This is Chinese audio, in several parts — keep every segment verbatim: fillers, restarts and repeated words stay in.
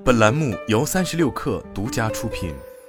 本栏目由三十六氪独家出品。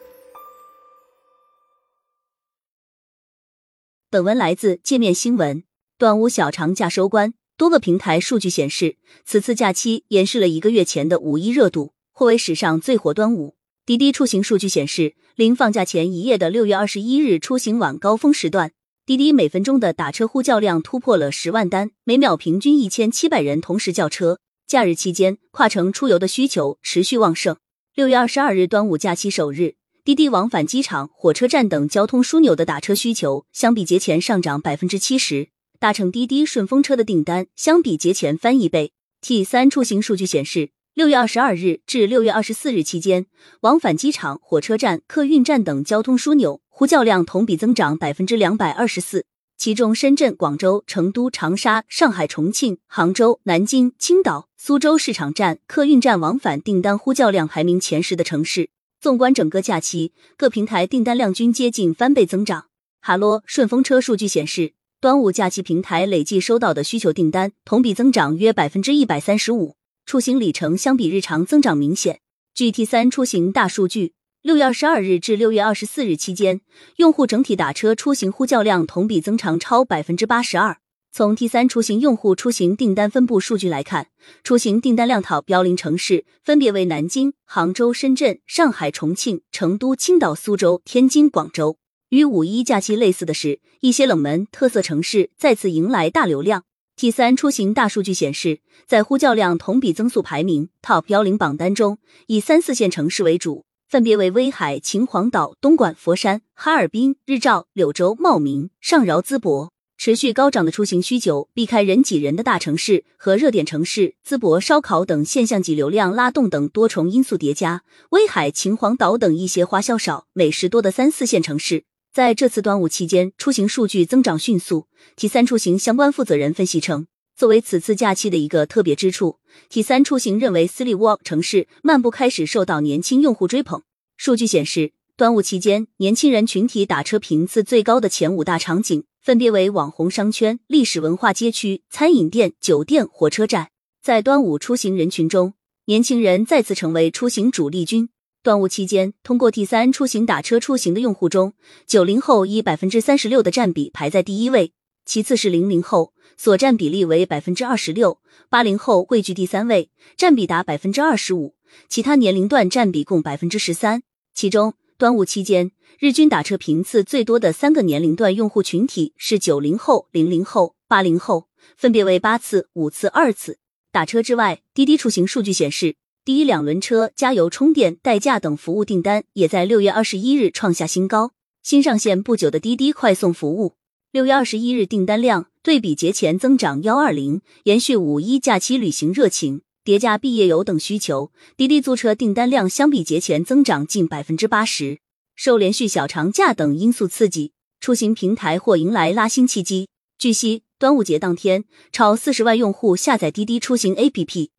本文来自界面新闻。端午小长假收官，多个平台数据显示，此次假期延续了一个月前的五一热度，或为史上最火端午。滴滴出行数据显示，临放假前一夜的六月二十一日出行晚高峰时段，滴滴每分钟的打车呼叫量突破了十万单，每秒平均一千七百人同时叫车。假日期间，跨城出游的需求持续旺盛。六月二十二日端午假期首日，滴滴往返机场、火车站等交通枢纽的打车需求相比节前上涨 百分之七十， 搭乘滴滴顺风车的订单相比节前翻一倍。 T 三 出行数据显示，六月二十二日至六月二十四日期间，往返机场、火车站、客运站等交通枢纽呼叫量同比增长 百分之两百二十四，其中深圳、广州、成都、长沙、上海、重庆、杭州、南京、青岛、苏州市场站、客运站往返订单呼叫量排名前十的城市。纵观整个假期，各平台订单量均接近翻倍增长。哈罗顺风车数据显示，端午假期平台累计收到的需求订单同比增长约 百分之一百三十五， 出行里程相比日常增长明显。据 T 三 出行大数据，六月二十二日至六月二十四日期间，用户整体打车出行呼叫量同比增长超 百分之八十二。从 T 三 出行用户出行订单分布数据来看，出行订单量top标零城市分别为南京、杭州、深圳、上海、重庆、成都、青岛、苏州、天津、广州。与五一假期类似的是，一些冷门特色城市再次迎来大流量。T 三 出行大数据显示，在呼叫量同比增速排名 top 标零榜单中，以三四线城市为主，分别为威海、秦皇岛、东莞、佛山、哈尔滨、日照、柳州、茂名、上饶、淄博。持续高涨的出行需求，避开人挤人的大城市和热点城市淄博、烧烤等现象级流量拉动等多重因素叠加，威海、秦皇岛等一些花销少、美食多的三四线城市，在这次端午期间出行数据增长迅速。 T 三 出行相关负责人分析称，作为此次假期的一个特别之处， T 三 出行认为 City Walk 城市漫步开始受到年轻用户追捧。数据显示，端午期间年轻人群体打车频次最高的前五大场景分别为网红商圈、历史文化街区、餐饮店、酒店、火车站。在端午出行人群中，年轻人再次成为出行主力军。端午期间，通过 T 三 出行打车出行的用户中，九零后以 百分之三十六 的占比排在第一位，其次是零零后，所占比例为 百分之二十六， 八零后位居第三位，占比达 百分之二十五， 其他年龄段占比共 百分之十三。 其中端午期间日均打车频次最多的三个年龄段用户群体是九零后、零零后、八零后，分别为八次、五次、二次。打车之外，滴滴出行数据显示，第一两轮车、加油充电、代驾等服务订单也在六月二十一日创下新高。新上线不久的滴滴快送服务，六月二十一日订单量对比节前增长一百二十，延续五一假期旅行热情，叠加毕业游等需求，滴滴租车订单量相比节前增长近 百分之八十。 受连续小长假等因素刺激，出行平台或迎来拉新契机。据悉，端午节当天，超四十万用户下载滴滴出行 A P P，